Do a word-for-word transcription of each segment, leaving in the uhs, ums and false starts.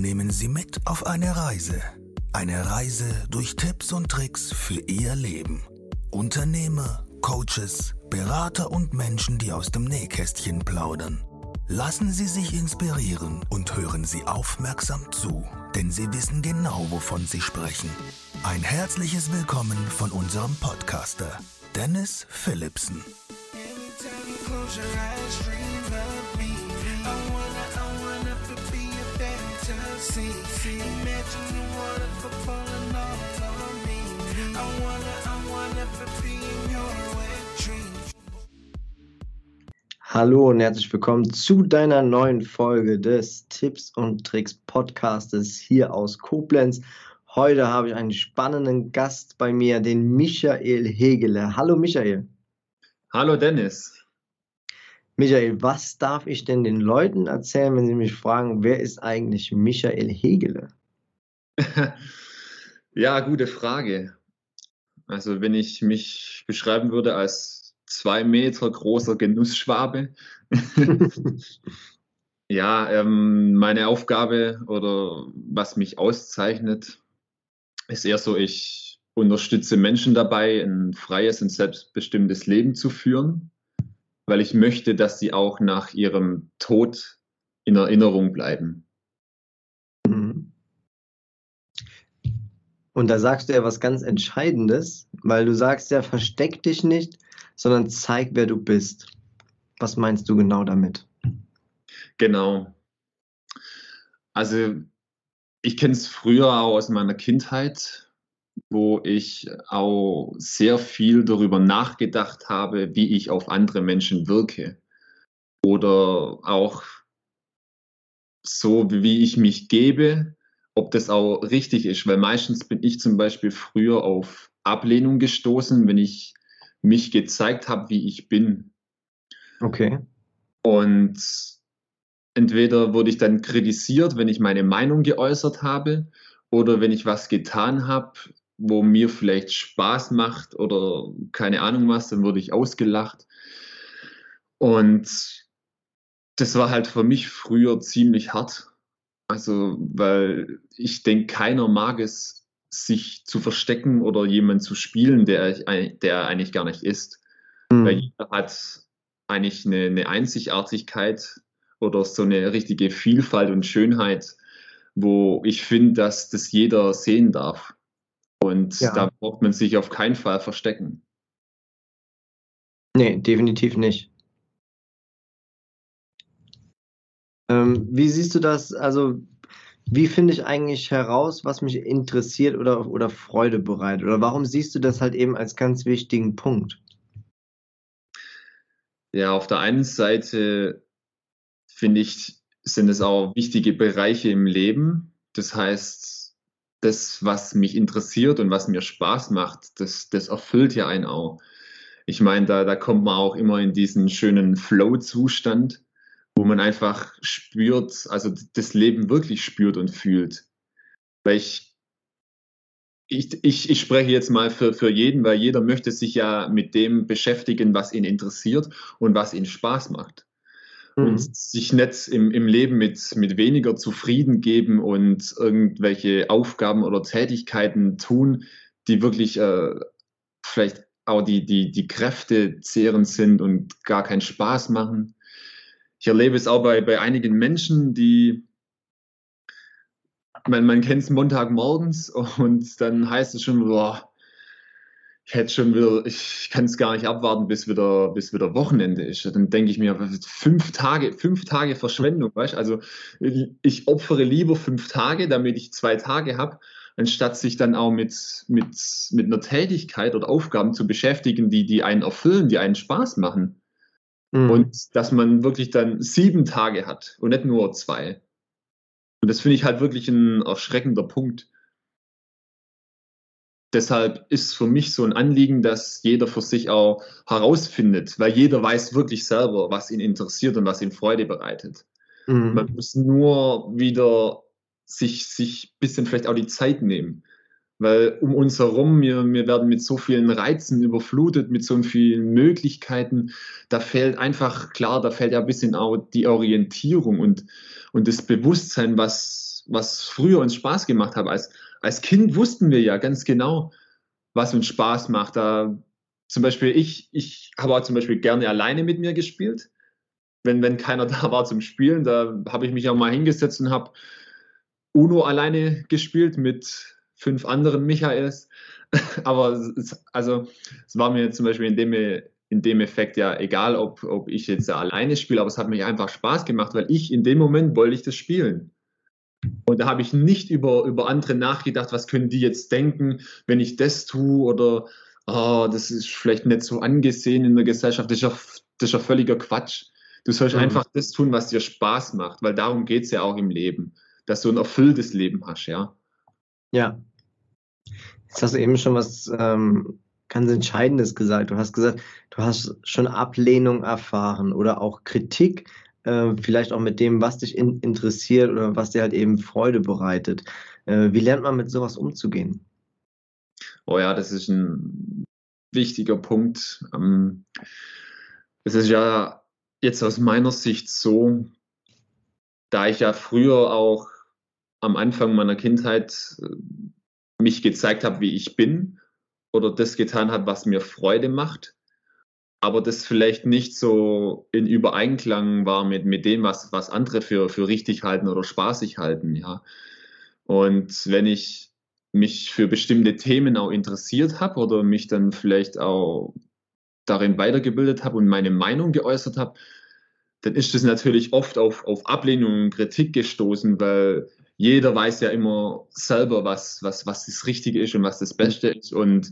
nehmen Sie mit auf eine Reise. Eine Reise durch Tipps und Tricks für Ihr Leben. Unternehmer, Coaches, Berater und Menschen, die aus dem Nähkästchen plaudern. Lassen Sie sich inspirieren und hören Sie aufmerksam zu, denn Sie wissen genau, wovon Sie sprechen. Ein herzliches Willkommen von unserem Podcaster, Dennis Philipsen. Hallo und herzlich willkommen zu deiner neuen Folge des Tipps und Tricks Podcastes hier aus Koblenz. Heute habe ich einen spannenden Gast bei mir, den Michael Hegele. Hallo Michael. Hallo Dennis. Michael, was darf ich denn den Leuten erzählen, wenn sie mich fragen, wer ist eigentlich Michael Hegele? Ja, gute Frage. Also wenn ich mich beschreiben würde als zwei Meter großer Genussschwabe. Ja, ähm, meine Aufgabe oder was mich auszeichnet, ist eher so, ich unterstütze Menschen dabei, ein freies und selbstbestimmtes Leben zu führen, weil ich möchte, dass sie auch nach ihrem Tod in Erinnerung bleiben. Und da sagst du ja was ganz Entscheidendes, weil du sagst ja, versteck dich nicht, sondern zeig, wer du bist. Was meinst du genau damit? Genau. Also ich kenne es früher auch aus meiner Kindheit, wo ich auch sehr viel darüber nachgedacht habe, wie ich auf andere Menschen wirke. Oder auch so, wie ich mich gebe, ob das auch richtig ist. Weil meistens bin ich zum Beispiel früher auf Ablehnung gestoßen, wenn ich mich gezeigt habe, wie ich bin. Okay. Und entweder wurde ich dann kritisiert, wenn ich meine Meinung geäußert habe, oder wenn ich was getan habe, wo mir vielleicht Spaß macht oder keine Ahnung was, dann wurde ich ausgelacht. Und das war halt für mich früher ziemlich hart. Also, weil ich denke, keiner mag es, sich zu verstecken oder jemanden zu spielen, der, der eigentlich gar nicht ist. Mhm. Weil jeder hat eigentlich eine, eine Einzigartigkeit oder so eine richtige Vielfalt und Schönheit, wo ich finde, dass das jeder sehen darf. Und Ja. da braucht man sich auf keinen Fall verstecken. Nee, definitiv nicht. Ähm, wie siehst du das? Also, wie finde ich eigentlich heraus, was mich interessiert oder, oder Freude bereitet? Oder warum siehst du das halt eben als ganz wichtigen Punkt? Ja, auf der einen Seite finde ich, sind es auch wichtige Bereiche im Leben. Das heißt, das, was mich interessiert und was mir Spaß macht, das, das erfüllt ja einen auch. Ich meine, da, da kommt man auch immer in diesen schönen Flow-Zustand, wo man einfach spürt, also das Leben wirklich spürt und fühlt. Weil ich, ich, ich, ich spreche jetzt mal für, für jeden, weil jeder möchte sich ja mit dem beschäftigen, was ihn interessiert und was ihn Spaß macht. Mhm. Und sich nicht im, im Leben mit, mit weniger zufrieden geben und irgendwelche Aufgaben oder Tätigkeiten tun, die wirklich äh, vielleicht auch die, die, die Kräfte zehrend sind und gar keinen Spaß machen. Ich erlebe es auch bei, bei einigen Menschen, die, man, man kennt es Montagmorgens und dann heißt es schon, boah, ich hätte schon wieder, ich kann es gar nicht abwarten, bis wieder, bis wieder Wochenende ist. Dann denke ich mir, fünf Tage, fünf Tage Verschwendung, weißt? Also ich opfere lieber fünf Tage, damit ich zwei Tage habe, anstatt sich dann auch mit, mit, mit einer Tätigkeit oder Aufgaben zu beschäftigen, die, die einen erfüllen, die einen Spaß machen. Mhm. Und dass man wirklich dann sieben Tage hat und nicht nur zwei. Und das finde ich halt wirklich ein erschreckender Punkt. Deshalb ist für mich so ein Anliegen, dass jeder für sich auch herausfindet, weil jeder weiß wirklich selber, was ihn interessiert und was ihm Freude bereitet. Mhm. Man muss nur wieder sich, sich ein bisschen vielleicht auch die Zeit nehmen. Weil um uns herum, wir, wir werden mit so vielen Reizen überflutet, mit so vielen Möglichkeiten. Da fehlt einfach, klar, da fehlt ja ein bisschen auch die Orientierung und, und das Bewusstsein, was, was früher uns Spaß gemacht hat. Als, als Kind wussten wir ja ganz genau, was uns Spaß macht. Da, zum Beispiel ich, ich habe auch zum Beispiel gerne alleine mit mir gespielt. Wenn, wenn keiner da war zum Spielen, da habe ich mich auch mal hingesetzt und habe Uno alleine gespielt mit fünf anderen Michaels. Aber es, also, es war mir zum Beispiel in dem, in dem Effekt ja egal, ob, ob ich jetzt da alleine spiele, aber es hat mir einfach Spaß gemacht, weil ich in dem Moment wollte ich das spielen. Und da habe ich nicht über, über andere nachgedacht, was können die jetzt denken, wenn ich das tue oder oh, das ist vielleicht nicht so angesehen in der Gesellschaft. Das ist ja, das ist ja völliger Quatsch. Du sollst mhm. einfach das tun, was dir Spaß macht, weil darum geht es ja auch im Leben, dass du ein erfülltes Leben hast, ja. Ja. Jetzt hast du eben schon was ähm, ganz Entscheidendes gesagt. Du hast gesagt, du hast schon Ablehnung erfahren oder auch Kritik, äh, vielleicht auch mit dem, was dich in, interessiert oder was dir halt eben Freude bereitet. Äh, wie lernt man mit sowas umzugehen? Oh ja, das ist ein wichtiger Punkt. Ähm, es ist ja jetzt aus meiner Sicht so, da ich ja früher auch am Anfang meiner Kindheit mich gezeigt habe, wie ich bin oder das getan habe, was mir Freude macht, aber das vielleicht nicht so in Übereinklang war mit, mit dem, was, was andere für, für richtig halten oder spaßig halten, ja. Und wenn ich mich für bestimmte Themen auch interessiert habe oder mich dann vielleicht auch darin weitergebildet habe und meine Meinung geäußert habe, dann ist das natürlich oft auf, auf Ablehnung und Kritik gestoßen, weil jeder weiß ja immer selber, was, was, was das Richtige ist und was das Beste ist. Und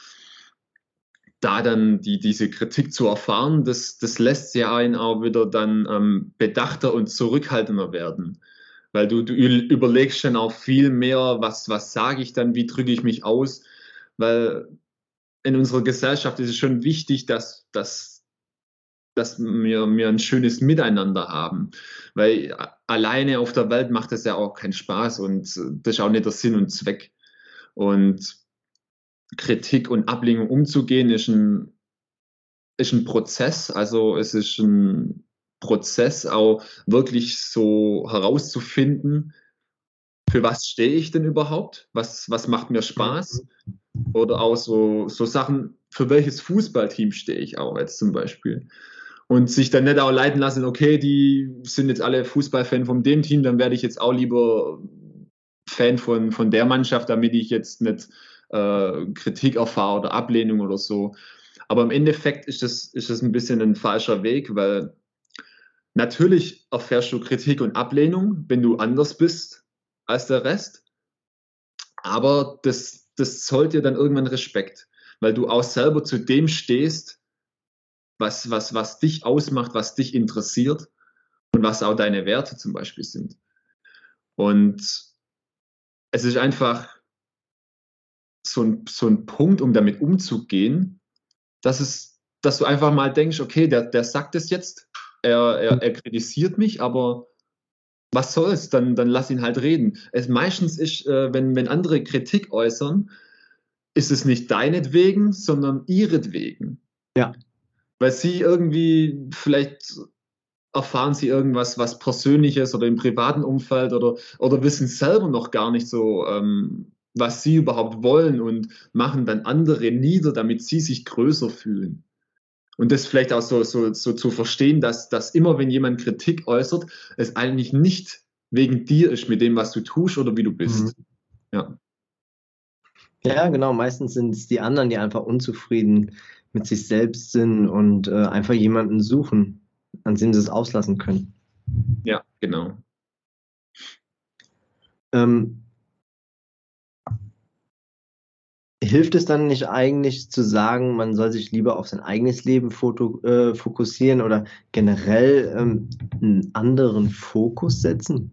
da dann die, diese Kritik zu erfahren, das, das lässt ja einen auch wieder dann ähm, bedachter und zurückhaltender werden. Weil du, du überlegst schon auch viel mehr, was, was sage ich dann, wie drücke ich mich aus. Weil in unserer Gesellschaft ist es schon wichtig, dass, dass, dass wir, wir ein schönes Miteinander haben. Weil alleine auf der Welt macht das ja auch keinen Spaß und das ist auch nicht der Sinn und Zweck. Und Kritik und Ablehnung umzugehen ist ein, ist ein Prozess. Also es ist ein Prozess, auch wirklich so herauszufinden, für was stehe ich denn überhaupt? Was, was macht mir Spaß? Oder auch so, so Sachen, für welches Fußballteam stehe ich auch jetzt zum Beispiel? Und sich dann nicht auch leiten lassen, okay, die sind jetzt alle Fußballfan von dem Team, dann werde ich jetzt auch lieber Fan von, von der Mannschaft, damit ich jetzt nicht äh, Kritik erfahre oder Ablehnung oder so. Aber im Endeffekt ist das, ist das ein bisschen ein falscher Weg, weil natürlich erfährst du Kritik und Ablehnung, wenn du anders bist als der Rest. Aber das, das zollt dir dann irgendwann Respekt, weil du auch selber zu dem stehst, was, was, was dich ausmacht, was dich interessiert und was auch deine Werte zum Beispiel sind. Und es ist einfach so ein, so ein Punkt, um damit umzugehen, dass, es, dass du einfach mal denkst, okay, der, der sagt es jetzt, er, er, er kritisiert mich, aber was soll's, dann, dann lass ihn halt reden. Es meistens ist, äh, wenn, wenn andere Kritik äußern, ist es nicht deinetwegen, sondern ihretwegen. Ja. Weil sie irgendwie, vielleicht erfahren sie irgendwas, was Persönliches oder im privaten Umfeld oder, oder wissen selber noch gar nicht so, ähm, was sie überhaupt wollen und machen dann andere nieder, damit sie sich größer fühlen. Und das vielleicht auch so, so, so zu verstehen, dass, dass immer, wenn jemand Kritik äußert, es eigentlich nicht wegen dir ist, mit dem, was du tust oder wie du bist. Mhm. Ja. Ja, genau. Meistens sind es die anderen, die einfach unzufrieden mit sich selbst sind und äh, einfach jemanden suchen, an dem sie es auslassen können. Ja, genau. Ähm, hilft es dann nicht eigentlich zu sagen, man soll sich lieber auf sein eigenes Leben foto, äh, fokussieren oder generell ähm, einen anderen Fokus setzen?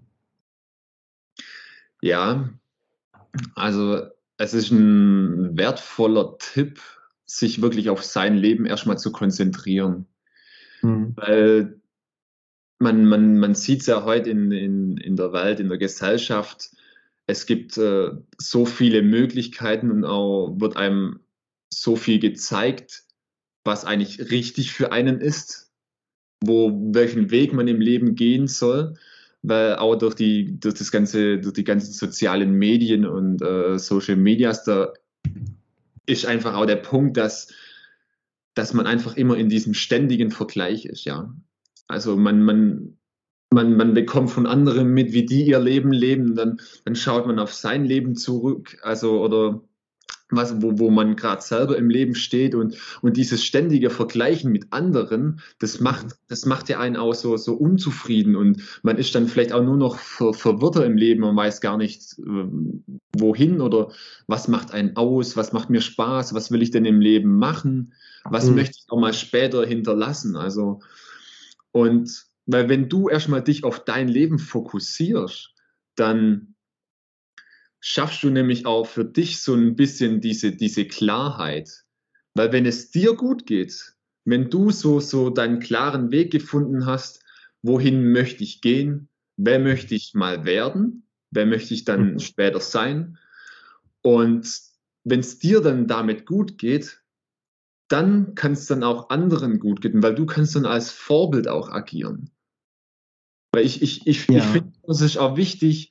Ja, also es ist ein wertvoller Tipp, sich wirklich auf sein Leben erstmal zu konzentrieren. Mhm. Weil man, man, man sieht es ja heute in, in, in der Welt, in der Gesellschaft, es gibt äh, so viele Möglichkeiten und auch wird einem so viel gezeigt, was eigentlich richtig für einen ist, wo, welchen Weg man im Leben gehen soll. weil auch durch die, durch das ganze, durch die ganzen sozialen Medien und äh, Social Medias, da ist einfach auch der Punkt, dass, dass man einfach immer in diesem ständigen Vergleich ist, ja. Also man, man, man, man bekommt von anderen mit, wie die ihr Leben leben, dann, dann schaut man auf sein Leben zurück, also oder was, wo, wo man gerade selber im Leben steht und, und dieses ständige Vergleichen mit anderen, das macht, das macht ja einen auch so, so unzufrieden und man ist dann vielleicht auch nur noch ver, verwirrter im Leben und weiß gar nicht, ähm, wohin oder was macht einen aus, was macht mir Spaß, was will ich denn im Leben machen, was mhm. möchte ich auch mal später hinterlassen, also und weil wenn du erstmal dich auf dein Leben fokussierst, dann schaffst du nämlich auch für dich so ein bisschen diese, diese Klarheit. Weil wenn es dir gut geht, wenn du so, so deinen klaren Weg gefunden hast, wohin möchte ich gehen, wer möchte ich mal werden, wer möchte ich dann mhm. später sein und wenn es dir dann damit gut geht, dann kann es dann auch anderen gut gehen, weil du kannst dann als Vorbild auch agieren. Weil ich, ich, ich, ja. ich finde, es ist auch wichtig,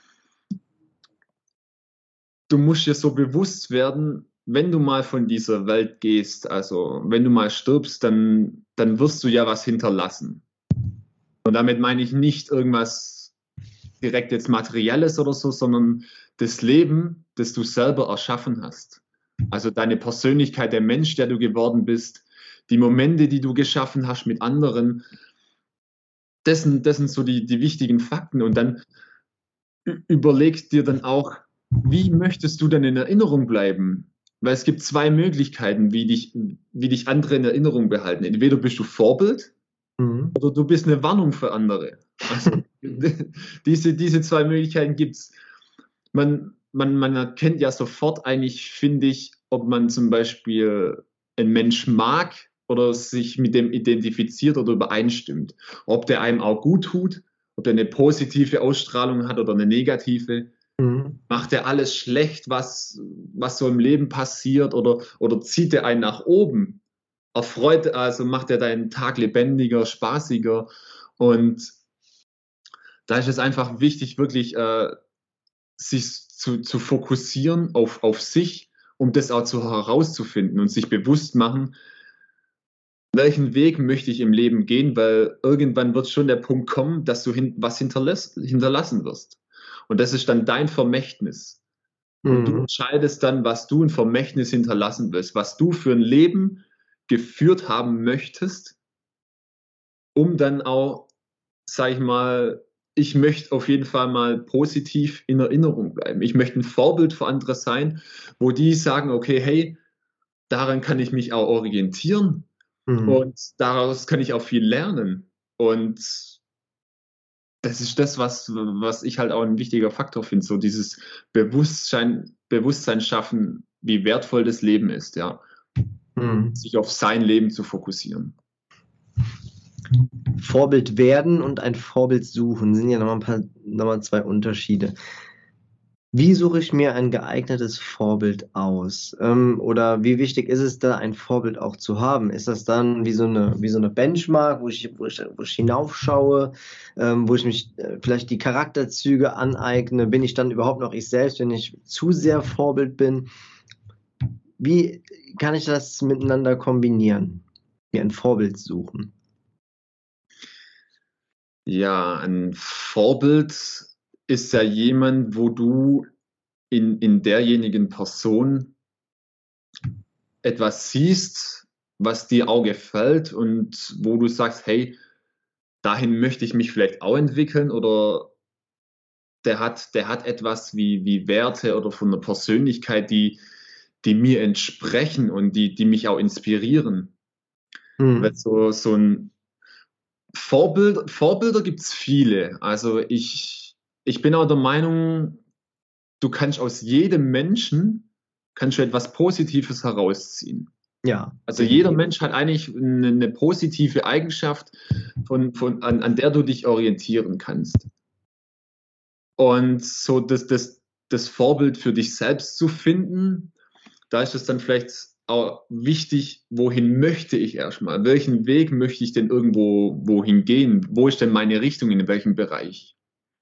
du musst dir so bewusst werden, wenn du mal von dieser Welt gehst, also wenn du mal stirbst, dann, dann wirst du ja was hinterlassen. Und damit meine ich nicht irgendwas direkt jetzt Materielles oder so, sondern das Leben, das du selber erschaffen hast. Also deine Persönlichkeit, der Mensch, der du geworden bist, die Momente, die du geschaffen hast mit anderen, das sind, das sind so die, die wichtigen Fakten. Und dann überleg dir dann auch, wie möchtest du denn in Erinnerung bleiben? Weil es gibt zwei Möglichkeiten, wie dich, wie dich andere in Erinnerung behalten. Entweder bist du Vorbild mhm. oder du bist eine Warnung für andere. Also, diese, diese zwei Möglichkeiten gibt es. Man, man, man erkennt ja sofort eigentlich, finde ich, ob man zum Beispiel einen Mensch mag oder sich mit dem identifiziert oder übereinstimmt. Ob der einem auch gut tut, ob der eine positive Ausstrahlung hat oder eine negative. Mhm. Macht er alles schlecht, was, was so im Leben passiert oder, oder zieht er einen nach oben? Erfreut, also macht er deinen Tag lebendiger, spaßiger und da ist es einfach wichtig, wirklich äh, sich zu, zu fokussieren auf, auf sich, um das auch zu herauszufinden und sich bewusst machen, welchen Weg möchte ich im Leben gehen, weil irgendwann wird schon der Punkt kommen, dass du hin, was hinterlässt, hinterlassen wirst. Und das ist dann dein Vermächtnis. Und mhm. du entscheidest dann, was du ein Vermächtnis hinterlassen willst, was du für ein Leben geführt haben möchtest, um dann auch, sag ich mal, ich möchte auf jeden Fall mal positiv in Erinnerung bleiben. Ich möchte ein Vorbild für andere sein, wo die sagen, okay, hey, daran kann ich mich auch orientieren mhm. und daraus kann ich auch viel lernen. Und das ist das, was, was ich halt auch ein wichtiger Faktor finde, so dieses Bewusstsein, Bewusstsein schaffen, wie wertvoll das Leben ist, ja. Mhm. Sich auf sein Leben zu fokussieren. Vorbild werden und ein Vorbild suchen sind ja nochmal ein paar, nochmal zwei Unterschiede. Wie suche ich mir ein geeignetes Vorbild aus? Ähm, oder wie wichtig ist es da, ein Vorbild auch zu haben? Ist das dann wie so eine, wie so eine Benchmark, wo ich, wo ich, wo ich hinaufschaue, ähm, wo ich mich äh, vielleicht die Charakterzüge aneigne? Bin ich dann überhaupt noch ich selbst, wenn ich zu sehr Vorbild bin? Wie kann ich das miteinander kombinieren? Mir ein Vorbild suchen. Ja, ein Vorbild ist ja jemand, wo du in, in derjenigen Person etwas siehst, was dir auch gefällt und wo du sagst, hey, dahin möchte ich mich vielleicht auch entwickeln oder der hat, der hat etwas wie, wie Werte oder von einer Persönlichkeit, die, die mir entsprechen und die, die mich auch inspirieren. Mhm. Weil so, so ein Vorbild, Vorbilder gibt es viele. Also ich, ich bin auch der Meinung, du kannst aus jedem Menschen kannst du etwas Positives herausziehen. Ja. Also jeder Mensch hat eigentlich eine, eine positive Eigenschaft, von, von, an, an der du dich orientieren kannst. Und so das, das, das Vorbild für dich selbst zu finden, da ist es dann vielleicht auch wichtig, wohin möchte ich erstmal? Welchen Weg möchte ich denn irgendwo wohin gehen? Wo ist denn meine Richtung, in welchem Bereich?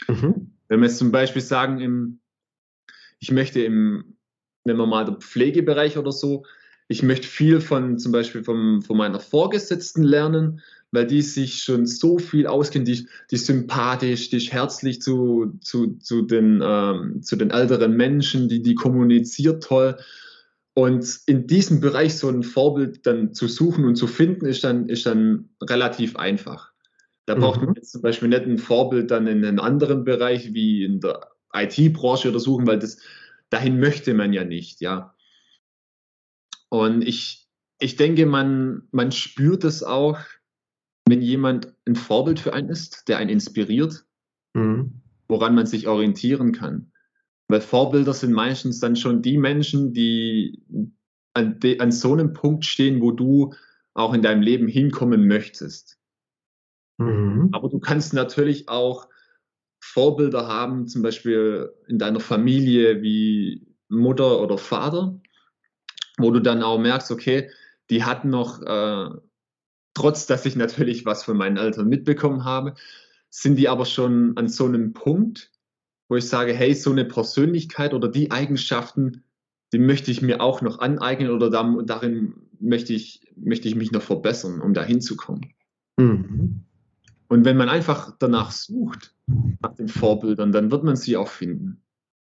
Mhm. Wenn wir jetzt zum Beispiel sagen, im, ich möchte im, nehmen wir mal den Pflegebereich oder so, ich möchte viel von zum Beispiel vom, von meiner Vorgesetzten lernen, weil die sich schon so viel auskennt, die, die ist sympathisch, die ist herzlich zu, zu, zu, den, ähm, zu den älteren Menschen, die, die kommuniziert toll. Und in diesem Bereich so ein Vorbild dann zu suchen und zu finden, ist dann, ist dann relativ einfach. Da mhm. braucht man jetzt zum Beispiel nicht ein Vorbild dann in einem anderen Bereich wie in der I T-Branche oder suchen, weil das, dahin möchte man ja nicht, ja. Und ich, ich denke, man, man spürt es auch, wenn jemand ein Vorbild für einen ist, der einen inspiriert, mhm. woran man sich orientieren kann. Weil Vorbilder sind meistens dann schon die Menschen, die an, de, an so einem Punkt stehen, wo du auch in deinem Leben hinkommen möchtest. Mhm. Aber du kannst natürlich auch Vorbilder haben, zum Beispiel in deiner Familie wie Mutter oder Vater, wo du dann auch merkst, okay, die hatten noch, äh, trotz dass ich natürlich was von meinen Eltern mitbekommen habe, sind die aber schon an so einem Punkt, wo ich sage, hey, so eine Persönlichkeit oder die Eigenschaften, die möchte ich mir auch noch aneignen oder da, darin möchte ich, möchte ich mich noch verbessern, um da hinzukommen. Mhm. Und wenn man einfach danach sucht, nach den Vorbildern, dann wird man sie auch finden.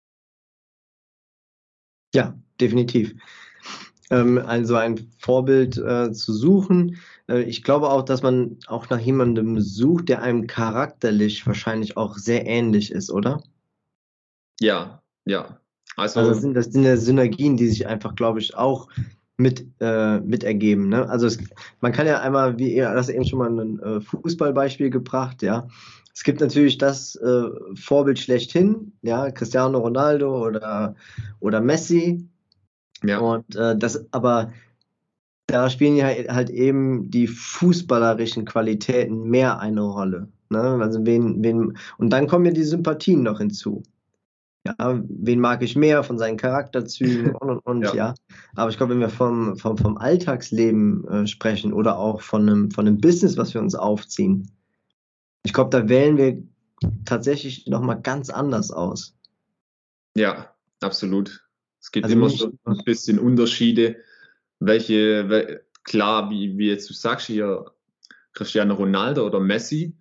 Ja, definitiv. Ähm, also ein Vorbild äh, zu suchen. Äh, ich glaube auch, dass man auch nach jemandem sucht, der einem charakterlich wahrscheinlich auch sehr ähnlich ist, oder? Ja, ja. Also, also das, sind, das sind ja Synergien, die sich einfach, glaube ich, auch mit, äh, mit ergeben. Ne? Also es, man kann ja einmal, wie ihr das eben schon mal ein äh, Fußballbeispiel gebracht, ja. Es gibt natürlich das äh, Vorbild schlechthin, ja, Cristiano Ronaldo oder, oder Messi. Ja. Und äh, das, aber da spielen ja halt eben die fußballerischen Qualitäten mehr eine Rolle. Ne? Also wen, wen, und dann kommen ja die Sympathien noch hinzu. Ja, wen mag ich mehr von seinen Charakterzügen und und und, ja. ja. Aber ich glaube, wenn wir vom, vom, vom Alltagsleben äh, sprechen oder auch von einem, von einem Business, was wir uns aufziehen, ich glaube, da wählen wir tatsächlich nochmal ganz anders aus. Ja, absolut. Es gibt also immer nicht, so ein bisschen Unterschiede, welche, klar, wie, wie jetzt du sagst, hier Cristiano Ronaldo oder Messi,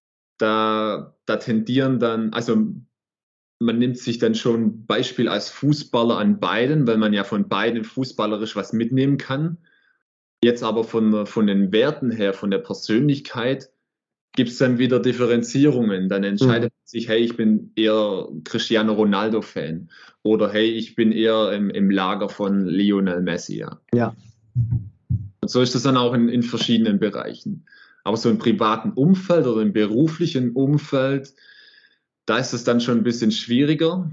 da, da tendieren dann, also man nimmt sich dann schon Beispiel als Fußballer an beiden, weil man ja von beiden fußballerisch was mitnehmen kann. Jetzt aber von, von den Werten her, von der Persönlichkeit, gibt es dann wieder Differenzierungen. Dann entscheidet man mhm. sich, hey, ich bin eher Cristiano Ronaldo-Fan oder hey, ich bin eher im, im Lager von Lionel Messi. Ja. ja. Und so ist das dann auch in, in verschiedenen Bereichen. Aber so im privaten Umfeld oder im beruflichen Umfeld, da ist es dann schon ein bisschen schwieriger.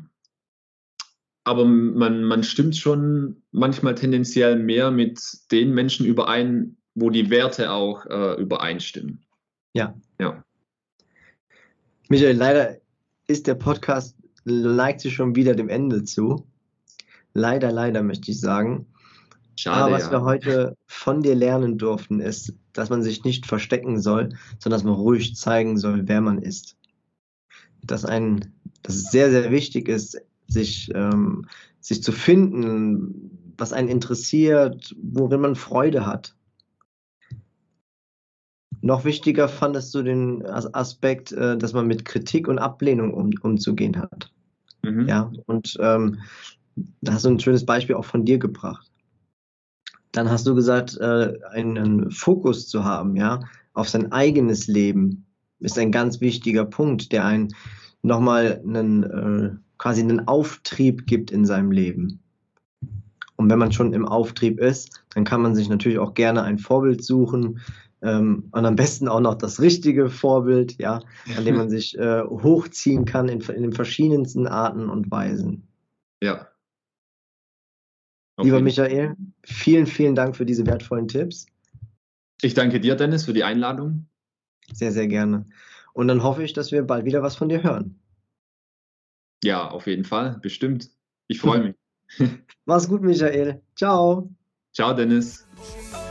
Aber man, man stimmt schon manchmal tendenziell mehr mit den Menschen überein, wo die Werte auch äh, übereinstimmen. Ja. Ja. Michael, leider ist der Podcast, neigt sich schon wieder dem Ende zu. Leider, leider möchte ich sagen. Schade, Aber was ja. wir heute von dir lernen durften, ist, dass man sich nicht verstecken soll, sondern dass man ruhig zeigen soll, wer man ist. Dass, ein, dass es sehr, sehr wichtig ist, sich, ähm, sich zu finden, was einen interessiert, worin man Freude hat. Noch wichtiger fandest du den Aspekt, äh, dass man mit Kritik und Ablehnung um, umzugehen hat. Mhm. Ja, und ähm, da hast du ein schönes Beispiel auch von dir gebracht. Dann hast du gesagt, äh, einen Fokus zu haben, ja, auf sein eigenes Leben ist ein ganz wichtiger Punkt, der einen nochmal einen, äh, quasi einen Auftrieb gibt in seinem Leben. Und wenn man schon im Auftrieb ist, dann kann man sich natürlich auch gerne ein Vorbild suchen, ähm, und am besten auch noch das richtige Vorbild, ja, an dem man sich äh, hochziehen kann in, in den verschiedensten Arten und Weisen. Ja. Lieber Michael, vielen, vielen Dank für diese wertvollen Tipps. Ich danke dir, Dennis, für die Einladung. Sehr, sehr gerne. Und dann hoffe ich, dass wir bald wieder was von dir hören. Ja, auf jeden Fall, bestimmt. Ich freue mich. Mach's gut, Michael. Ciao. Ciao, Dennis.